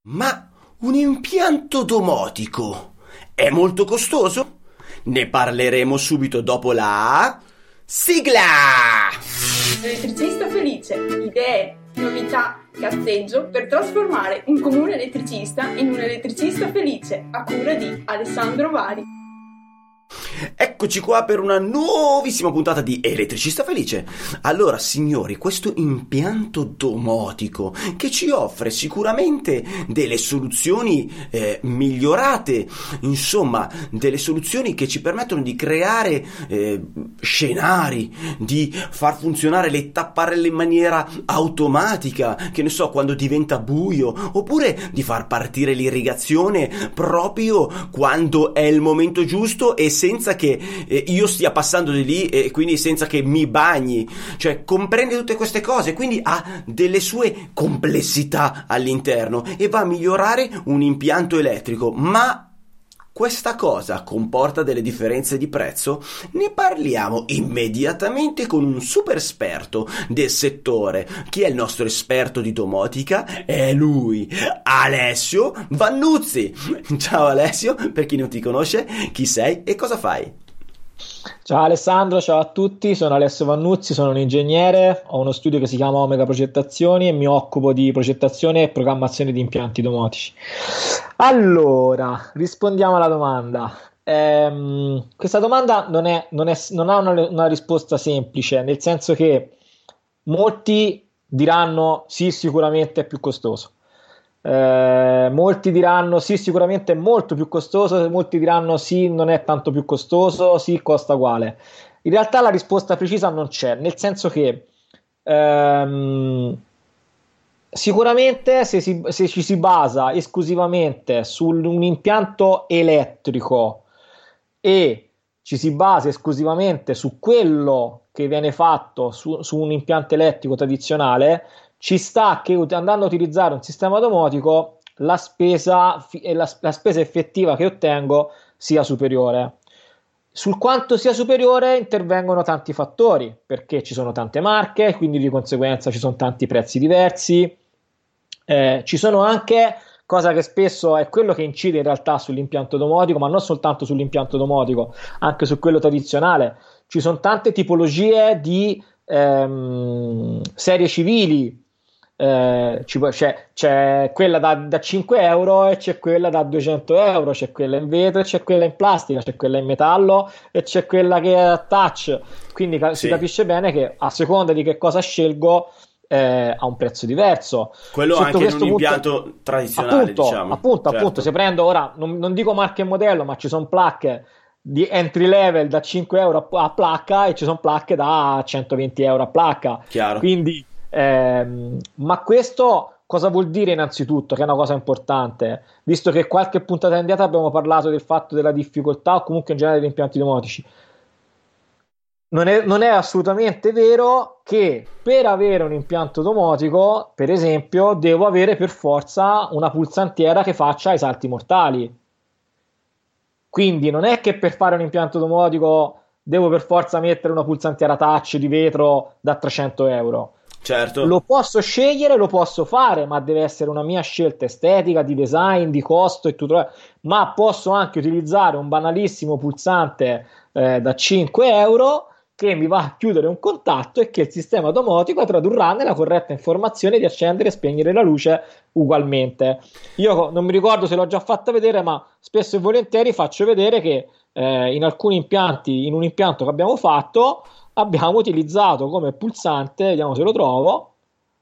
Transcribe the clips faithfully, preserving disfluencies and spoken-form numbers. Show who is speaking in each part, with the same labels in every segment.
Speaker 1: Ma un impianto domotico è molto costoso? Ne parleremo subito dopo la sigla!
Speaker 2: Elettricista felice, idee, novità, cazzeggio per trasformare un comune elettricista in un elettricista felice, a cura di Alessandro Vari.
Speaker 1: Eccoci qua per una nuovissima puntata di Elettricista Felice. Allora, signori, questo impianto domotico che ci offre sicuramente delle soluzioni eh, migliorate, insomma, delle soluzioni che ci permettono di creare eh, scenari, di far funzionare le tapparelle in maniera automatica, che ne so, quando diventa buio, oppure di far partire l'irrigazione proprio quando è il momento giusto e senza che eh, io stia passando di lì e quindi senza che mi bagni, cioè comprende tutte queste cose, quindi ha delle sue complessità all'interno e va a migliorare un impianto elettrico. Ma questa cosa comporta delle differenze di prezzo? Ne parliamo immediatamente con un super esperto del settore. Chi è il nostro esperto di domotica? È lui, Alessio Vannuzzi. Ciao Alessio, per chi non ti conosce, chi sei e cosa fai?
Speaker 3: Ciao Alessandro, ciao a tutti, sono Alessio Vannuzzi, sono un ingegnere, ho uno studio che si chiama Omega Progettazioni e mi occupo di progettazione e programmazione di impianti domotici. Allora, rispondiamo alla domanda. Ehm, questa domanda non è, non è, non ha una, una risposta semplice, nel senso che molti diranno sì, sicuramente è più costoso. Eh, molti diranno sì, sicuramente è molto più costoso, molti diranno sì, non è tanto più costoso, sì, costa uguale. In realtà la risposta precisa non c'è, nel senso che ehm, sicuramente se, si, se ci si basa esclusivamente su un impianto elettrico e ci si basa esclusivamente su quello che viene fatto su, su un impianto elettrico tradizionale, ci sta che andando a utilizzare un sistema domotico la spesa, la, la spesa effettiva che ottengo sia superiore. Sul quanto sia superiore intervengono tanti fattori, perché ci sono tante marche, quindi di conseguenza ci sono tanti prezzi diversi. Eh, ci sono anche, cosa che spesso è quello che incide in realtà sull'impianto domotico, ma non soltanto sull'impianto domotico, anche su quello tradizionale. Ci sono tante tipologie di ehm, serie civili. Eh, c'è, c'è quella da, da cinque euro e c'è quella da duecento euro, c'è quella in vetro e c'è quella in plastica, c'è quella in metallo e c'è quella che è a touch, quindi ca-
Speaker 1: Sì.
Speaker 3: si capisce bene che a seconda di che cosa scelgo eh, ha un prezzo diverso.
Speaker 1: Quello
Speaker 3: Sotto
Speaker 1: anche in un
Speaker 3: questo punto,
Speaker 1: impianto tradizionale,
Speaker 3: appunto,
Speaker 1: diciamo.
Speaker 3: appunto,
Speaker 1: Certo.
Speaker 3: appunto, se prendo ora, non, non dico marca e modello, ma ci sono placche di entry level da cinque euro a, a placca e ci sono placche da centoventi euro a placca.
Speaker 1: Chiaro.
Speaker 3: Quindi Ehm, ma questo cosa vuol dire innanzitutto? Che è una cosa importante, visto che qualche puntata indietro abbiamo parlato del fatto della difficoltà o comunque in generale degli impianti domotici. Non è, non è assolutamente vero che per avere un impianto domotico, per esempio, devo avere per forza una pulsantiera che faccia i salti mortali. Quindi non è che per fare un impianto domotico devo per forza mettere una pulsantiera touch di vetro da trecento euro.
Speaker 1: Certo.
Speaker 3: Lo posso scegliere, lo posso fare, ma deve essere una mia scelta estetica, di design, di costo e tutto. Ma posso anche utilizzare un banalissimo pulsante eh, da cinque euro che mi va a chiudere un contatto e che il sistema domotico tradurrà nella corretta informazione di accendere e spegnere la luce ugualmente. Io non mi ricordo se l'ho già fatta vedere, ma spesso e volentieri faccio vedere che eh, in alcuni impianti, in un impianto che abbiamo fatto, abbiamo utilizzato come pulsante, vediamo se lo trovo,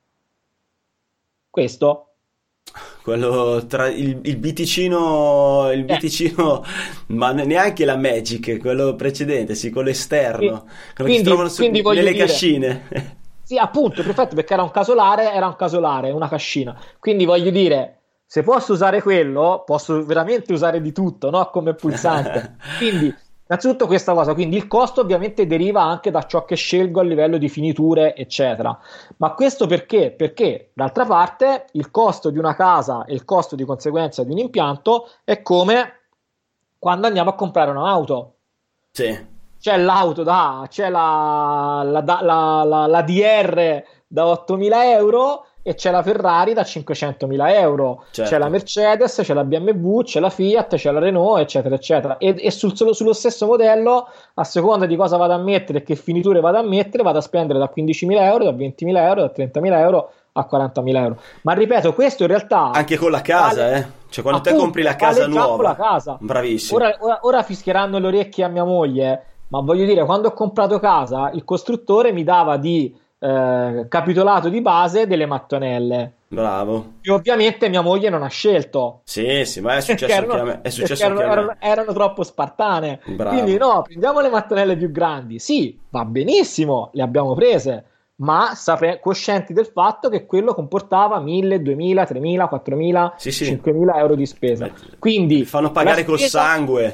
Speaker 3: questo.
Speaker 1: Quello tra il, il biticino, il biticino, eh. ma neanche la Magic, quello precedente, sì, quello esterno, quello
Speaker 3: quindi,
Speaker 1: che si trovano su, nelle
Speaker 3: dire,
Speaker 1: cascine.
Speaker 3: Sì, appunto, perfetto, perché era un casolare, era un casolare, una cascina. Quindi voglio dire, se posso usare quello, posso veramente usare di tutto, no? Come pulsante. Quindi innanzitutto questa cosa, quindi il costo ovviamente deriva anche da ciò che scelgo a livello di finiture, eccetera. Ma questo perché? Perché d'altra parte il costo di una casa e il costo di conseguenza di un impianto è come quando andiamo a comprare un'auto.
Speaker 1: Sì.
Speaker 3: C'è l'auto da, c'è la, la, la, la, la D R da ottomila euro e c'è la Ferrari da cinquecentomila euro,
Speaker 1: certo.
Speaker 3: C'è la Mercedes, c'è la B M W, c'è la Fiat, c'è la Renault, eccetera, eccetera. E, e sul, sullo stesso modello, a seconda di cosa vado a mettere e che finiture vado a mettere, vado a spendere da quindicimila euro, da ventimila euro, da trentamila euro a quarantamila euro. Ma ripeto, questo in realtà
Speaker 1: anche con la casa,
Speaker 3: vale,
Speaker 1: eh? Cioè quando
Speaker 3: appunto,
Speaker 1: te compri la casa
Speaker 3: vale già
Speaker 1: nuova,
Speaker 3: con la casa.
Speaker 1: Bravissimo.
Speaker 3: Ora, ora, ora fischieranno le orecchie a mia moglie, ma voglio dire, quando ho comprato casa, il costruttore mi dava di eh, capitolato di base delle mattonelle.
Speaker 1: Bravo.
Speaker 3: E ovviamente mia moglie non ha scelto.
Speaker 1: Sì, sì, ma è successo
Speaker 3: erano,
Speaker 1: anche a me. È successo
Speaker 3: erano,
Speaker 1: anche a me.
Speaker 3: erano, erano troppo spartane.
Speaker 1: Bravo.
Speaker 3: Quindi no, prendiamo le mattonelle più grandi. Sì, va benissimo, le abbiamo prese, ma sapre- coscienti del fatto che quello comportava mille, duemila, tremila, quattromila,
Speaker 1: sì, sì.
Speaker 3: cinquemila euro di spesa.
Speaker 1: Beh,
Speaker 3: quindi
Speaker 1: fanno pagare
Speaker 3: spesa...
Speaker 1: col sangue.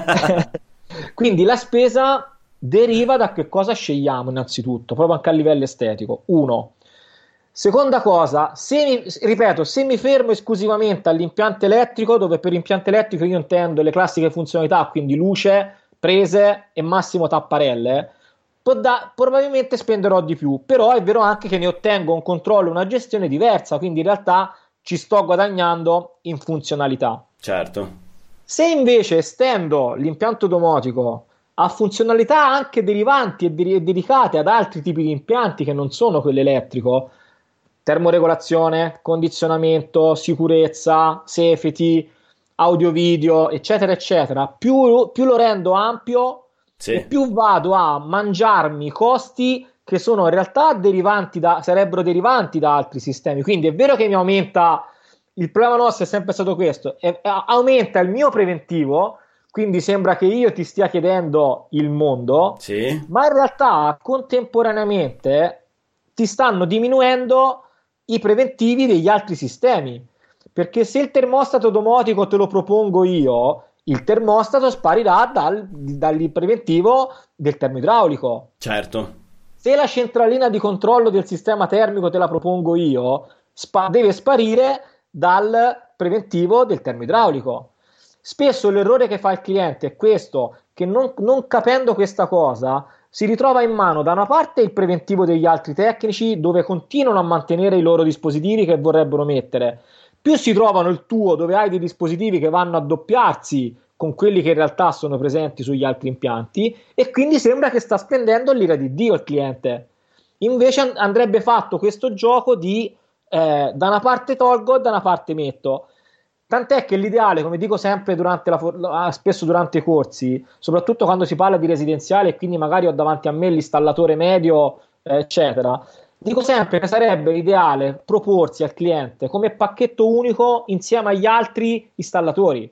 Speaker 3: Quindi la spesa deriva da che cosa scegliamo innanzitutto, proprio anche a livello estetico. Uno. Seconda cosa, se mi, ripeto, se mi fermo esclusivamente all'impianto elettrico, dove per impianto elettrico io intendo le classiche funzionalità, quindi luce, prese e massimo tapparelle, da, probabilmente spenderò di più, però è vero anche che ne ottengo un controllo, una gestione diversa, quindi in realtà ci sto guadagnando in funzionalità.
Speaker 1: Certo.
Speaker 3: Se invece estendo l'impianto domotico a funzionalità anche derivanti e, de- dedicate ad altri tipi di impianti che non sono quello elettrico, termoregolazione, condizionamento, sicurezza, safety, audio video, eccetera, eccetera, più, più lo rendo ampio, sì, e più vado a mangiarmi costi che sono in realtà derivanti da, sarebbero derivanti da altri sistemi. Quindi è vero che mi aumenta, il problema nostro è sempre stato questo, è, aumenta il mio preventivo, quindi sembra che io ti stia chiedendo il mondo,
Speaker 1: sì,
Speaker 3: ma in realtà contemporaneamente ti stanno diminuendo i preventivi degli altri sistemi, perché se il termostato domotico te lo propongo io, il termostato sparirà dal, dal preventivo del termoidraulico.
Speaker 1: Certo.
Speaker 3: Se la centralina di controllo del sistema termico te la propongo io, spa- deve sparire dal preventivo del termoidraulico. Spesso l'errore che fa il cliente è questo, che non, non capendo questa cosa si ritrova in mano da una parte il preventivo degli altri tecnici, dove continuano a mantenere i loro dispositivi che vorrebbero mettere, più si trovano il tuo, dove hai dei dispositivi che vanno a doppiarsi con quelli che in realtà sono presenti sugli altri impianti, e quindi sembra che sta spendendo l'ira di Dio il cliente. Invece andrebbe fatto questo gioco di eh, da una parte tolgo e da una parte metto. Tant'è che l'ideale, come dico sempre durante la, spesso durante i corsi, soprattutto quando si parla di residenziale e quindi magari ho davanti a me l'installatore medio, eh, eccetera, dico sempre che sarebbe ideale proporsi al cliente come pacchetto unico insieme agli altri installatori,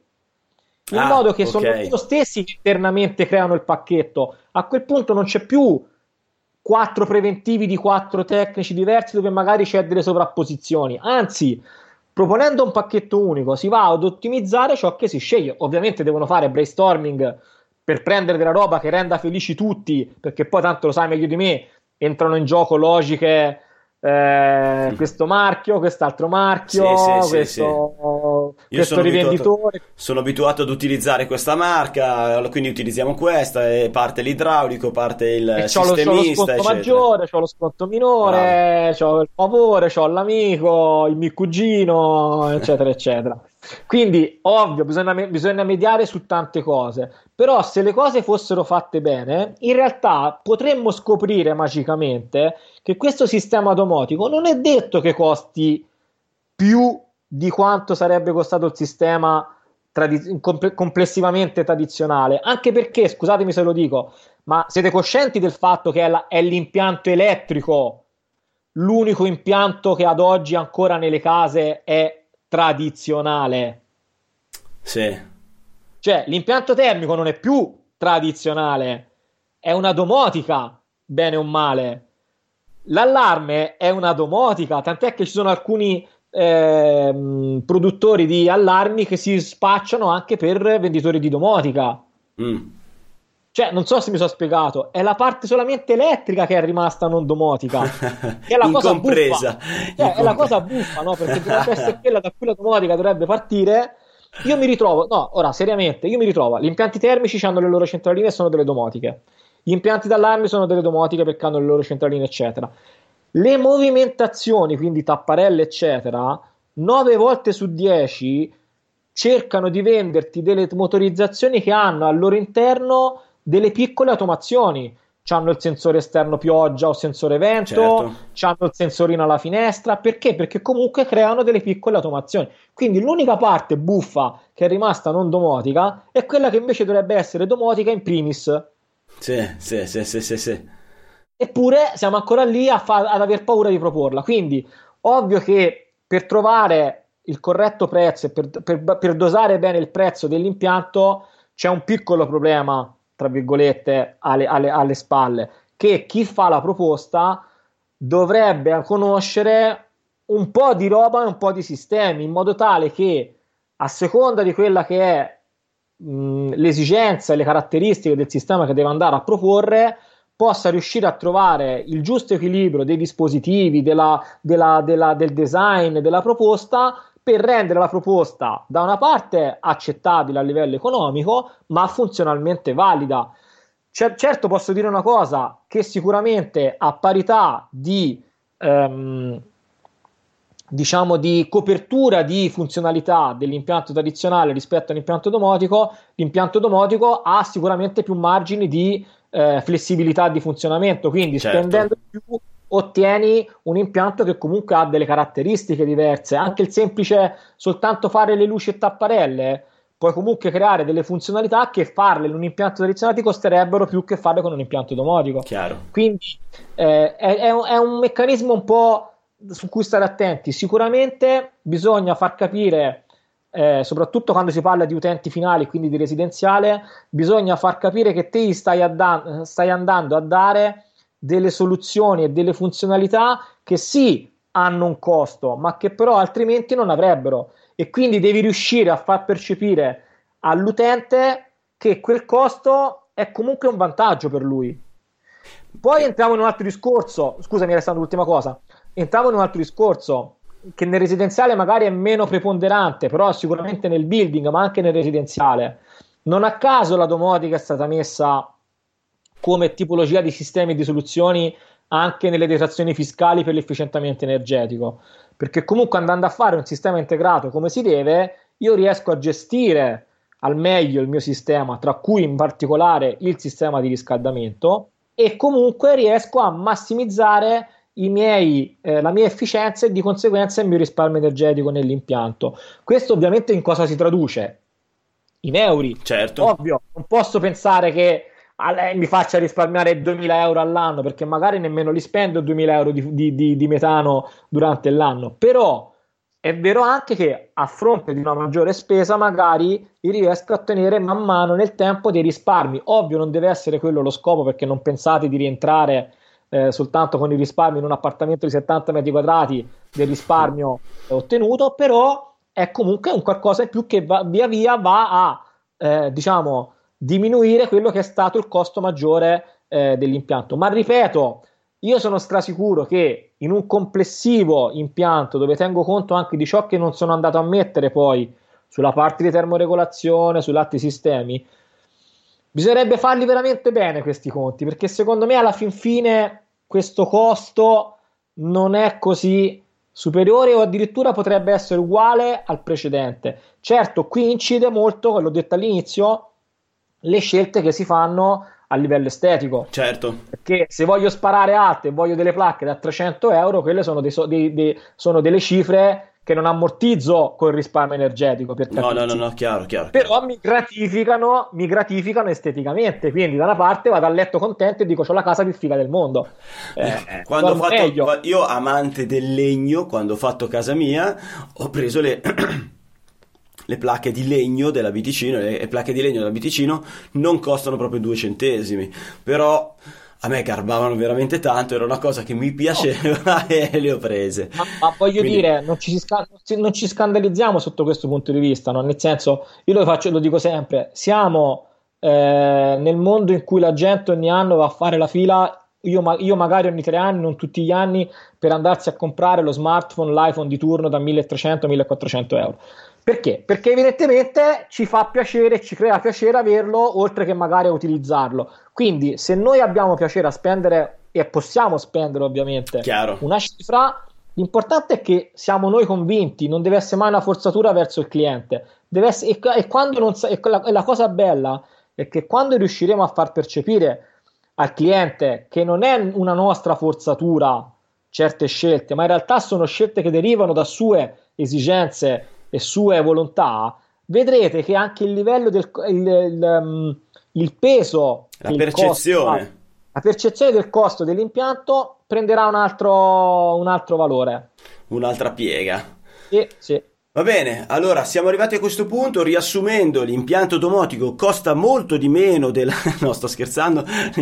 Speaker 3: in ah, modo che okay. sono loro stessi che internamente creano il pacchetto. A quel punto non c'è più quattro preventivi di quattro tecnici diversi dove magari c'è delle sovrapposizioni, anzi, proponendo un pacchetto unico si va ad ottimizzare ciò che si sceglie. Ovviamente devono fare brainstorming per prendere della roba che renda felici tutti, perché poi tanto lo sai meglio di me, entrano in gioco logiche, eh, questo marchio, quest'altro marchio,
Speaker 1: sì, sì,
Speaker 3: questo,
Speaker 1: sì, sì.
Speaker 3: questo
Speaker 1: sono
Speaker 3: rivenditore.
Speaker 1: Abituato, sono abituato ad utilizzare questa marca, quindi utilizziamo questa, e parte l'idraulico, parte il
Speaker 3: e
Speaker 1: sistemista,
Speaker 3: c'ho lo, c'ho lo sconto
Speaker 1: eccetera.
Speaker 3: maggiore, c'ho lo sconto minore, c'ho il favore, c'ho l'amico, il mio cugino, eccetera, eccetera. Quindi, ovvio, bisogna, bisogna mediare su tante cose, però se le cose fossero fatte bene, in realtà potremmo scoprire magicamente che questo sistema domotico non è detto che costi più di quanto sarebbe costato il sistema tradi- complessivamente tradizionale, anche perché, scusatemi se lo dico, ma siete coscienti del fatto che è, la, è l'impianto elettrico l'unico impianto che ad oggi ancora nelle case è tradizionale?
Speaker 1: Sì.
Speaker 3: Cioè l'impianto termico non è più tradizionale, è una domotica, bene o male. L'allarme è una domotica, tant'è che ci sono alcuni eh, produttori di allarmi che si spacciano anche per venditori di domotica. Mm. Cioè, non so se mi sono spiegato, è la parte solamente elettrica che è rimasta non domotica. È la cosa buffa. Cioè, è la cosa buffa, no? Perché dovrebbe essere quella da cui la domotica dovrebbe partire. Io mi ritrovo, no, ora, seriamente, io mi ritrovo, gli impianti termici hanno le loro centraline e sono delle domotiche. Gli impianti d'allarme sono delle domotiche perché hanno le loro centraline, eccetera. Le movimentazioni, quindi tapparelle eccetera, nove volte su dieci cercano di venderti delle motorizzazioni che hanno al loro interno delle piccole automazioni. C'hanno il sensore esterno pioggia o sensore vento,
Speaker 1: Certo.
Speaker 3: c'hanno il sensorino alla finestra. Perché? Perché comunque creano delle piccole automazioni. Quindi l'unica parte buffa che è rimasta non domotica è quella che invece dovrebbe essere domotica in primis.
Speaker 1: Sì, sì, sì, sì, sì, sì.
Speaker 3: Eppure siamo ancora lì a fa- ad aver paura di proporla. Quindi, ovvio che per trovare il corretto prezzo e per, per- per dosare bene il prezzo dell'impianto c'è un piccolo problema, tra virgolette, alle, alle- alle spalle, che chi fa la proposta dovrebbe conoscere un po' di roba e un po' di sistemi, in modo tale che a seconda di quella che è mh, l'esigenza e le caratteristiche del sistema che deve andare a proporre, possa riuscire a trovare il giusto equilibrio dei dispositivi, della, della, della, del design, della proposta, per rendere la proposta da una parte accettabile a livello economico, ma funzionalmente valida. Cer- certo posso dire una cosa, che sicuramente a parità di ehm, diciamo di copertura di funzionalità dell'impianto tradizionale rispetto all'impianto domotico, l'impianto domotico ha sicuramente più margini di eh, flessibilità di funzionamento, quindi
Speaker 1: Certo.
Speaker 3: spendendo più ottieni un impianto che comunque ha delle caratteristiche diverse. Anche il semplice soltanto fare le luci e tapparelle, puoi comunque creare delle funzionalità che farle in un impianto tradizionale ti costerebbero più che farle con un impianto domotico.
Speaker 1: Chiaro.
Speaker 3: Quindi eh, è, è un, è un meccanismo un po' su cui stare attenti. Sicuramente bisogna far capire, eh, soprattutto quando si parla di utenti finali, quindi di residenziale, bisogna far capire che te stai, addan- stai andando a dare delle soluzioni e delle funzionalità che sì hanno un costo, ma che però altrimenti non avrebbero, e quindi devi riuscire a far percepire all'utente che quel costo è comunque un vantaggio per lui. Poi entriamo in un altro discorso, scusami Alessandro, l'ultima cosa, entriamo in un altro discorso che nel residenziale magari è meno preponderante, però sicuramente nel building, ma anche nel residenziale. Non a caso la domotica è stata messa come tipologia di sistemi di soluzioni anche nelle detrazioni fiscali per l'efficientamento energetico, perché comunque andando a fare un sistema integrato come si deve, io riesco a gestire al meglio il mio sistema, tra cui in particolare il sistema di riscaldamento, e comunque riesco a massimizzare i miei, eh, la mia efficienza e di conseguenza il mio risparmio energetico nell'impianto. Questo ovviamente in cosa si traduce? In euro.
Speaker 1: Certo.
Speaker 3: Ovvio, non posso pensare che a lei mi faccia risparmiare duemila euro all'anno, perché magari nemmeno li spendo duemila euro di, di, di, di metano durante l'anno, però è vero anche che a fronte di una maggiore spesa magari io riesco a ottenere man mano nel tempo dei risparmi. Ovvio non deve essere quello lo scopo, perché non pensate di rientrare eh, soltanto con i risparmi in un appartamento di settanta metri quadrati del risparmio ottenuto, però è comunque un qualcosa in più che va, via via va a eh, diciamo diminuire quello che è stato il costo maggiore eh, dell'impianto. Ma ripeto, io sono strasicuro che in un complessivo impianto dove tengo conto anche di ciò che non sono andato a mettere poi sulla parte di termoregolazione, sugli altri sistemi, bisognerebbe farli veramente bene questi conti, perché secondo me alla fin fine questo costo non è così superiore, o addirittura potrebbe essere uguale al precedente. Certo, qui incide molto, l'ho detto all'inizio, le scelte che si fanno a livello estetico.
Speaker 1: Certo.
Speaker 3: Perché se voglio sparare alte e voglio delle placche da trecento euro, quelle sono, dei, dei, dei, sono delle cifre che non ammortizzo col risparmio energetico, per
Speaker 1: No, no, no, no, chiaro, chiaro.
Speaker 3: però
Speaker 1: chiaro.
Speaker 3: mi gratificano, mi gratificano esteticamente. Quindi da una parte vado a letto contento e dico c'ho la casa più figa del mondo. Eh,
Speaker 1: Quando ho
Speaker 3: dormo
Speaker 1: fatto,
Speaker 3: meglio.
Speaker 1: qua- io amante del legno, quando ho fatto casa mia, ho preso le, le placche di legno della Biticino. Le, le placche di legno della Biticino non costano proprio due centesimi, però a me garbavano veramente tanto, era una cosa che mi piaceva e le ho prese.
Speaker 3: Ma, ma voglio
Speaker 1: Quindi-
Speaker 3: dire, non ci, si sca- non ci scandalizziamo sotto questo punto di vista, no? Nel senso, io lo faccio, lo dico sempre, siamo eh, nel mondo in cui la gente ogni anno va a fare la fila, io, ma- io magari ogni tre anni, non tutti gli anni, per andarsi a comprare lo smartphone, l'iPhone di turno da milletrecento millequattrocento euro. Perché? Perché evidentemente ci fa piacere, ci crea piacere averlo, oltre che magari a utilizzarlo. Quindi se noi abbiamo piacere a spendere e possiamo spendere ovviamente
Speaker 1: Chiaro.
Speaker 3: una cifra. L'importante è che siamo noi convinti, non deve essere mai una forzatura verso il cliente. Deve essere, e, e, quando non sa, e la, e la cosa bella è che quando riusciremo a far percepire al cliente che non è una nostra forzatura certe scelte, ma in realtà sono scelte che derivano da sue esigenze e sue volontà, vedrete che anche il livello del il, il, il peso,
Speaker 1: la
Speaker 3: il
Speaker 1: percezione
Speaker 3: costo, la percezione del costo dell'impianto prenderà un altro, un altro valore,
Speaker 1: un'altra piega.
Speaker 3: sì, sì.
Speaker 1: Va bene, allora siamo arrivati a questo punto. Riassumendo, l'impianto domotico costa molto di meno della... no, sto scherzando.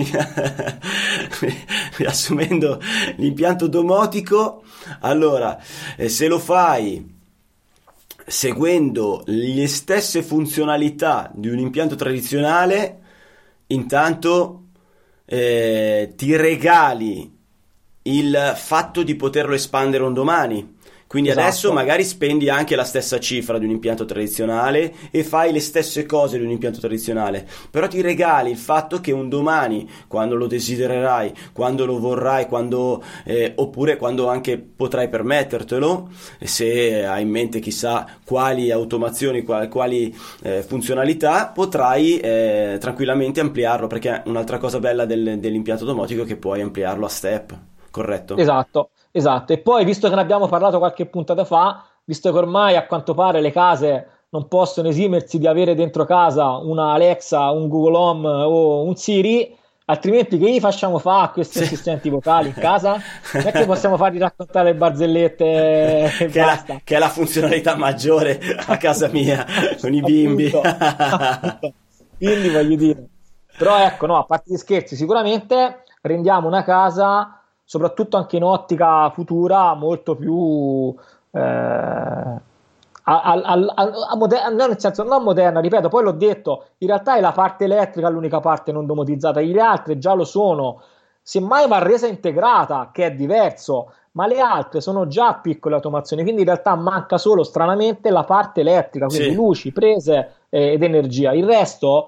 Speaker 1: Riassumendo, l'impianto domotico, allora, eh, se lo fai seguendo le stesse funzionalità di un impianto tradizionale, intanto eh, ti regali il fatto di poterlo espandere un domani. Quindi
Speaker 3: esatto.
Speaker 1: Adesso magari spendi anche la stessa cifra di un impianto tradizionale e fai le stesse cose di un impianto tradizionale, però ti regali il fatto che un domani, quando lo desidererai, quando lo vorrai, quando, eh, oppure quando anche potrai permettertelo, se hai in mente chissà quali automazioni, quali, quali eh, funzionalità, potrai eh, tranquillamente ampliarlo, perché un'altra cosa bella del, dell'impianto domotico è che puoi ampliarlo a step, corretto?
Speaker 3: Esatto. Esatto, e poi visto che ne abbiamo parlato qualche puntata fa, visto che ormai a quanto pare le case non possono esimersi di avere dentro casa una Alexa, un Google Home o un Siri, altrimenti che gli facciamo fare a questi sì. assistenti vocali in casa? Non è che possiamo fargli raccontare le barzellette e
Speaker 1: che,
Speaker 3: basta.
Speaker 1: È la, che è la funzionalità maggiore a casa mia con i bimbi.
Speaker 3: Appunto, appunto. Quindi voglio dire, però ecco, no, a parte gli scherzi, sicuramente rendiamo una casa, soprattutto anche in ottica futura, molto più eh, a, a, a, a moderna, no, nel senso non moderna, ripeto, poi l'ho detto, in realtà è la parte elettrica l'unica parte non domotizzata, le altre già lo sono, semmai va resa integrata, che è diverso, ma le altre sono già piccole automazioni, quindi in realtà manca solo stranamente la parte elettrica, quindi sì. luci, prese eh, ed energia, il resto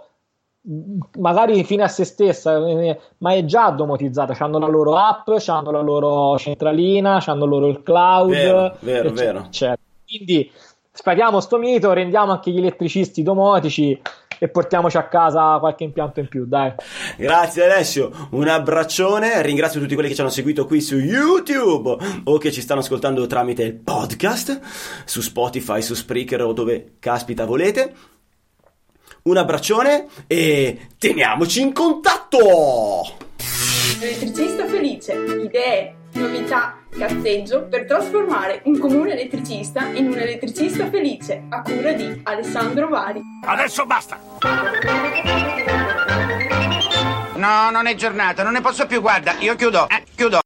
Speaker 3: magari fine a se stessa, ma è già domotizzata, hanno la loro app, hanno la loro centralina, hanno loro il cloud,
Speaker 1: vero, vero,
Speaker 3: eccetera,
Speaker 1: vero.
Speaker 3: eccetera. Quindi spariamo sto mito, rendiamo anche gli elettricisti domotici e portiamoci a casa qualche impianto in più, dai.
Speaker 1: Grazie Alessio, un abbraccione, ringrazio tutti quelli che ci hanno seguito qui su YouTube o che ci stanno ascoltando tramite il podcast su Spotify, su Spreaker o dove caspita volete. Un abbraccione e teniamoci in contatto!
Speaker 2: Elettricista felice, idee, novità, cazzeggio per trasformare un comune elettricista in un elettricista felice, a cura di Alessandro Vari.
Speaker 4: Adesso basta!
Speaker 5: No, non è giornata, non ne posso più, guarda, io chiudo, eh, chiudo.